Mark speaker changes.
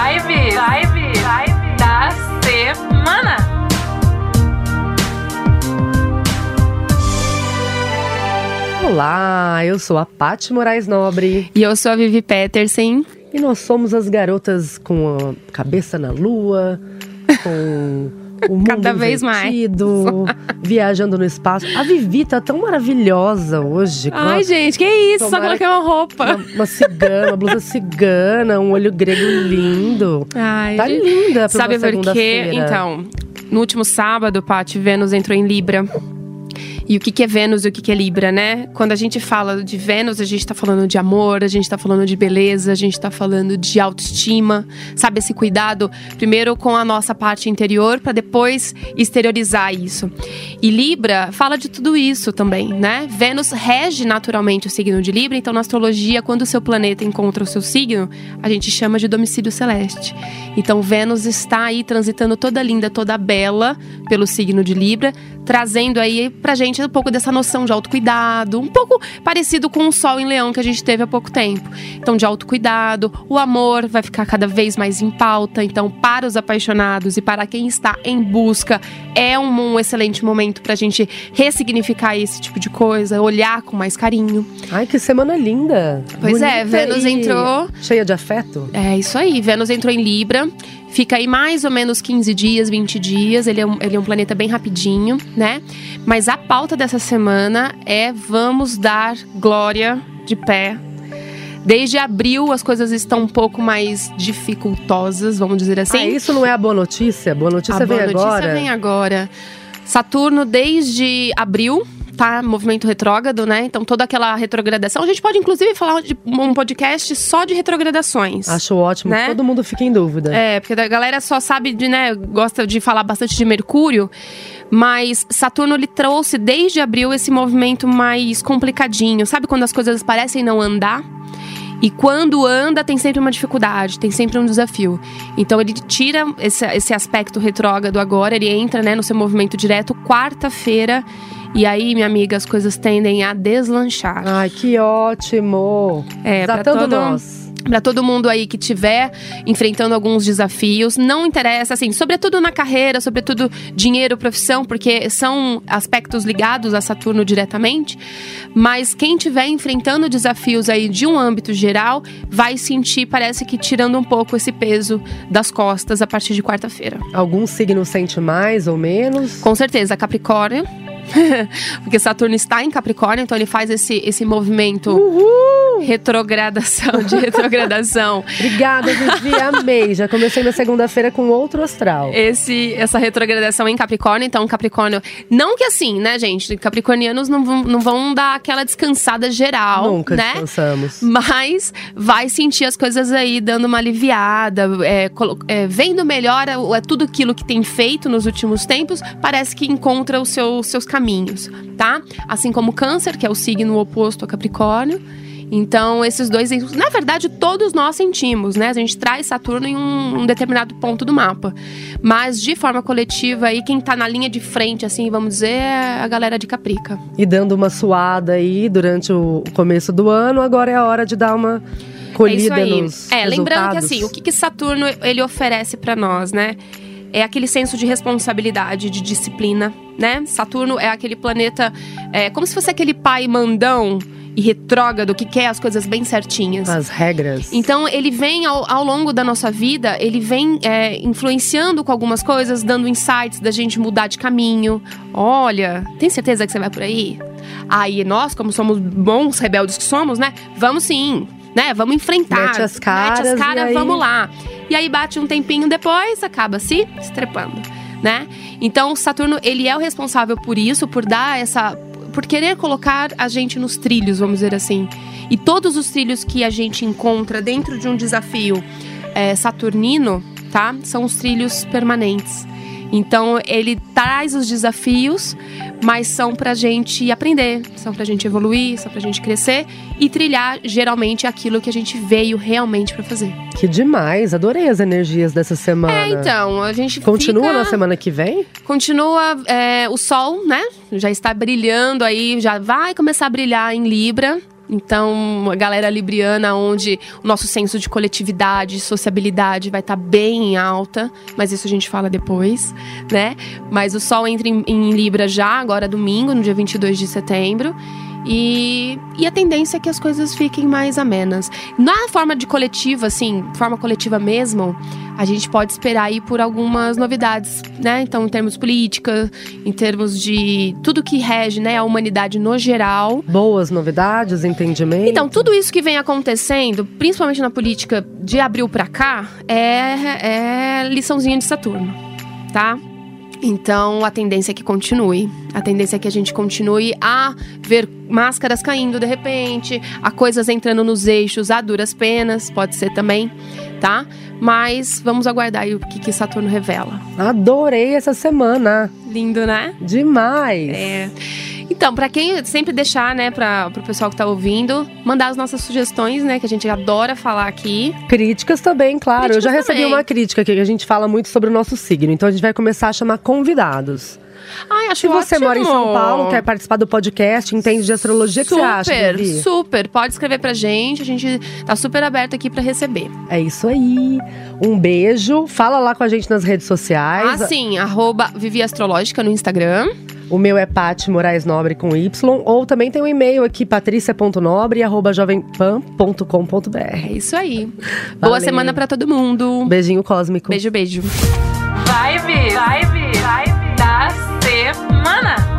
Speaker 1: Vibe da semana.
Speaker 2: Olá, eu sou a Paty Moraes Nobre.
Speaker 3: E eu sou a Vivi Petersen.
Speaker 2: E nós somos as garotas com a cabeça na lua, com o mundo
Speaker 3: cada vez
Speaker 2: invertido, viajando no espaço. A Vivi tá tão maravilhosa hoje.
Speaker 3: Ai, gente, que isso? Só coloquei uma roupa.
Speaker 2: Uma cigana, uma blusa cigana, um olho grego lindo.
Speaker 3: Ai,
Speaker 2: tá linda pra
Speaker 3: sabe
Speaker 2: uma
Speaker 3: por quê? Então, no último sábado, Paty, Vênus entrou em Libra. E o que é Vênus e o que é Libra, né? Quando a gente fala de Vênus, a gente tá falando de amor, a gente tá falando de beleza, a gente tá falando de autoestima. Sabe, esse cuidado primeiro com a nossa parte interior para depois exteriorizar isso. E Libra fala de tudo isso também, né? Vênus rege naturalmente o signo de Libra, então na astrologia, quando o seu planeta encontra o seu signo, a gente chama de domicílio celeste. Então Vênus está aí transitando toda linda, toda bela pelo signo de Libra, trazendo aí pra gente um pouco dessa noção de autocuidado, um pouco parecido com o Sol em Leão que a gente teve há pouco tempo. Então, de autocuidado, o amor vai ficar cada vez mais em pauta. Então, para os apaixonados e para quem está em busca, é um excelente momento pra gente ressignificar esse tipo de coisa, olhar com mais carinho.
Speaker 2: Ai, que semana linda!
Speaker 3: Pois
Speaker 2: bonita.
Speaker 3: é, Vênus entrou...
Speaker 2: cheia de afeto?
Speaker 3: É isso aí, Vênus entrou em Libra. Fica aí mais ou menos 15 dias, 20 dias. Ele é um planeta bem rapidinho, né? Mas a pauta dessa semana é vamos dar glória de pé. Desde abril as coisas estão um pouco mais dificultosas, vamos dizer assim.
Speaker 2: Ah, isso não é a boa notícia? Boa notícia vem agora? A boa notícia
Speaker 3: vem agora. Saturno, desde abril, tá? Movimento retrógrado, né? Então toda aquela retrogradação. A gente pode inclusive falar de um podcast só de retrogradações.
Speaker 2: Acho ótimo, né? Todo mundo fica em dúvida.
Speaker 3: É, porque a galera só sabe de, né? Gosta de falar bastante de Mercúrio. Mas Saturno, ele trouxe desde abril esse movimento mais complicadinho. Sabe quando as coisas parecem não andar? E quando anda, tem sempre uma dificuldade, tem sempre um desafio. Então ele tira esse aspecto retrógrado agora, ele entra, né, no seu movimento direto quarta-feira. E aí, minha amiga, as coisas tendem a deslanchar.
Speaker 2: Ai, que ótimo! Desatando nós.
Speaker 3: Pra todo mundo aí que estiver enfrentando alguns desafios, não interessa, assim, sobretudo na carreira, sobretudo dinheiro, profissão, porque são aspectos ligados a Saturno diretamente. Mas quem estiver enfrentando desafios aí de um âmbito geral, vai sentir, parece que tirando um pouco esse peso das costas a partir de quarta-feira.
Speaker 2: Algum signo sente mais ou menos?
Speaker 3: Com certeza, Capricórnio. Porque Saturno está em Capricórnio, então ele faz esse movimento retrogradação.
Speaker 2: Obrigada, Vivi, amei. Já comecei minha segunda-feira com outro astral.
Speaker 3: Essa retrogradação em Capricórnio, então Capricórnio... Não que assim, né, gente? Capricornianos não vão dar aquela descansada geral,
Speaker 2: nunca,
Speaker 3: né?
Speaker 2: Descansamos.
Speaker 3: Mas vai sentir as coisas aí dando uma aliviada, vendo melhor tudo aquilo que tem feito nos últimos tempos, parece que encontra os seus caminhos, tá? Assim como Câncer, que é o signo oposto a Capricórnio. Então, esses dois, na verdade, todos nós sentimos, né? A gente traz Saturno em um determinado ponto do mapa. Mas, de forma coletiva, aí, quem tá na linha de frente, assim, vamos dizer, é a galera de Caprica.
Speaker 2: E dando uma suada aí durante o começo do ano, agora é a hora de dar uma colhida nos resultados.
Speaker 3: Lembrando que, assim, o que Saturno, ele oferece pra nós, né? É aquele senso de responsabilidade, de disciplina, né? Saturno é aquele planeta, como se fosse aquele pai mandão e retrógrado que quer as coisas bem certinhas.
Speaker 2: As regras.
Speaker 3: Então, ele vem ao longo da nossa vida, ele vem influenciando com algumas coisas, dando insights da gente mudar de caminho. Olha, tem certeza que você vai por aí? Aí nós, como somos bons rebeldes que somos, né? Vamos sim, né? Vamos enfrentar.
Speaker 2: Mete as caras, aí...
Speaker 3: vamos lá. E aí bate um tempinho depois, acaba se estrepando, né? Então, Saturno, ele é o responsável por isso, por dar por querer colocar a gente nos trilhos, vamos dizer assim. E todos os trilhos que a gente encontra dentro de um desafio saturnino, tá? São os trilhos permanentes. Então, ele traz os desafios, mas são pra gente aprender, são pra gente evoluir, são pra gente crescer e trilhar, geralmente, aquilo que a gente veio realmente pra fazer.
Speaker 2: Que demais, adorei as energias dessa semana.
Speaker 3: Então, a gente
Speaker 2: continua na semana que vem?
Speaker 3: Continua, o Sol, né? Já está brilhando aí, já vai começar a brilhar em Libra. Então, a galera libriana, onde o nosso senso de coletividade, sociabilidade vai estar bem em alta. Mas isso a gente fala depois, né? Mas o Sol entra em Libra já, agora domingo, no dia 22 de setembro. E a tendência é que as coisas fiquem mais amenas. Na forma de coletiva, assim, forma coletiva mesmo, a gente pode esperar aí por algumas novidades, né? Então, em termos de política, em termos de tudo que rege, né, a humanidade no geral.
Speaker 2: Boas novidades, entendimento.
Speaker 3: Então, tudo isso que vem acontecendo, principalmente na política de abril pra cá, é liçãozinha de Saturno, tá? Então, a tendência é que continue. A tendência é que a gente continue a ver máscaras caindo de repente, a coisas entrando nos eixos a duras penas, pode ser também, tá? Mas vamos aguardar aí o que Saturno revela.
Speaker 2: Adorei essa semana.
Speaker 3: Lindo, né?
Speaker 2: Demais.
Speaker 3: Então, pra quem sempre deixar, né, pro pessoal que tá ouvindo, mandar as nossas sugestões, né, que a gente adora falar aqui.
Speaker 2: Críticas também, claro.
Speaker 3: Críticas
Speaker 2: eu já recebi
Speaker 3: também.
Speaker 2: uma crítica aqui, que a gente fala muito sobre o nosso signo. Então a gente vai começar a chamar convidados.
Speaker 3: Ai, acho
Speaker 2: Se você
Speaker 3: ótimo.
Speaker 2: mora em São Paulo, quer participar do podcast, entende de astrologia, o que você acha, Vivi?
Speaker 3: Super. Pode escrever pra gente. A gente tá super aberto aqui pra receber.
Speaker 2: É isso aí. Um beijo. Fala lá com a gente nas redes sociais.
Speaker 3: Sim, @ViviAstrológica no Instagram.
Speaker 2: O meu é Paty Moraes Nobre com Y. Ou também tem um e-mail aqui, patricia.nobre@jovempan.com.br.
Speaker 3: É isso aí.
Speaker 2: Valeu.
Speaker 3: Boa semana pra todo mundo.
Speaker 2: Beijinho cósmico.
Speaker 3: Beijo.
Speaker 1: Vibe da semana.